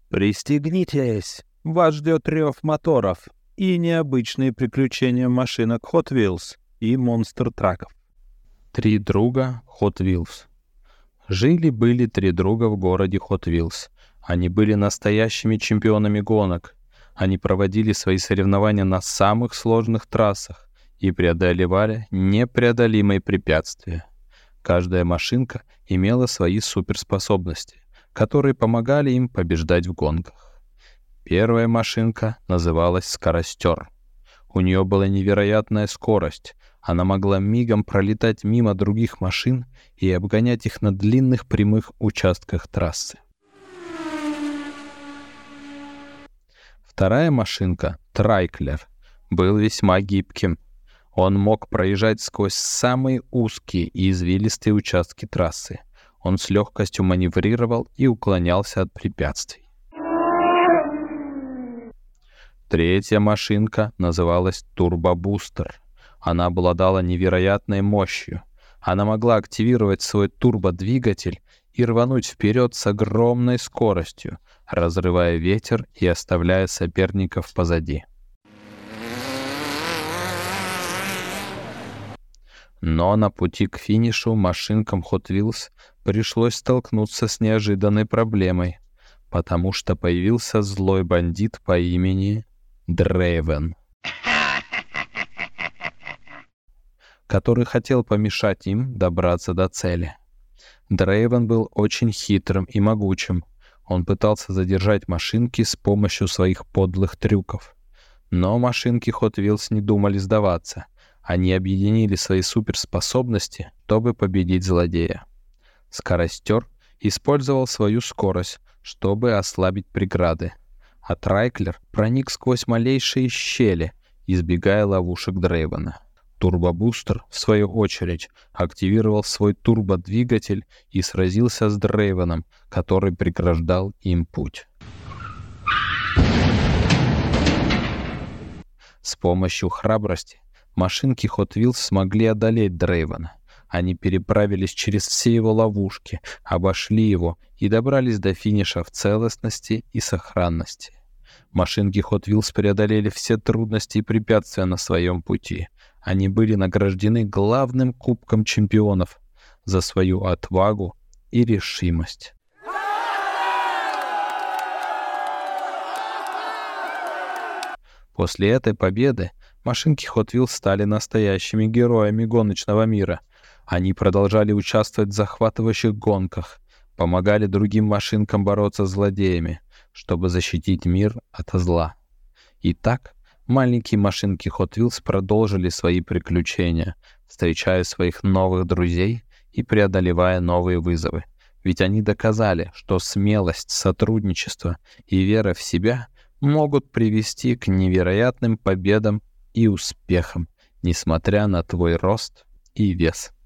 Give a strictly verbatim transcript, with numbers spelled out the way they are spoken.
Пристегнитесь! Вас ждет рев моторов и необычные приключения машинок Hot Wheels и монстр-траков. Три друга Hot Wheels. Жили-были три друга в городе Hot Wheels. Они были настоящими чемпионами гонок. Они проводили свои соревнования на самых сложных трассах и преодолевали непреодолимые препятствия. Каждая машинка имела свои суперспособности, которые помогали им побеждать в гонках. Первая машинка называлась «Скоростер». У нее была невероятная скорость. Она могла мигом пролетать мимо других машин и обгонять их на длинных прямых участках трассы. Вторая машинка, Трайклер, был весьма гибким. Он мог проезжать сквозь самые узкие и извилистые участки трассы. Он с легкостью маневрировал и уклонялся от препятствий. Третья машинка называлась Турбобустер. Она обладала невероятной мощью. Она могла активировать свой турбодвигатель и рвануть вперед с огромной скоростью, разрывая ветер и оставляя соперников позади. Но на пути к финишу машинкам Hot Wheels пришлось столкнуться с неожиданной проблемой, потому что появился злой бандит по имени Дрейвен, который хотел помешать им добраться до цели. Дрейвен был очень хитрым и могучим. Он пытался задержать машинки с помощью своих подлых трюков. Но машинки Hot Wheels не думали сдаваться. Они объединили свои суперспособности, чтобы победить злодея. Скоростер использовал свою скорость, чтобы ослабить преграды, а Трайклер проник сквозь малейшие щели, избегая ловушек Дрейвена. Турбобустер, в свою очередь, активировал свой турбодвигатель и сразился с Дрейвеном, который преграждал им путь. С помощью храбрости машинки Hot Wheels смогли одолеть Дрейвена. Они переправились через все его ловушки, обошли его и добрались до финиша в целостности и сохранности. Машинки Hot Wheels преодолели все трудности и препятствия на своем пути. Они были награждены главным кубком чемпионов за свою отвагу и решимость. После этой победы машинки Hot Wheels стали настоящими героями гоночного мира. Они продолжали участвовать в захватывающих гонках, помогали другим машинкам бороться с злодеями, чтобы защитить мир от зла. Итак, маленькие машинки Hot Wheels продолжили свои приключения, встречая своих новых друзей и преодолевая новые вызовы. Ведь они доказали, что смелость, сотрудничество и вера в себя могут привести к невероятным победам и успехам, несмотря на твой рост и вес.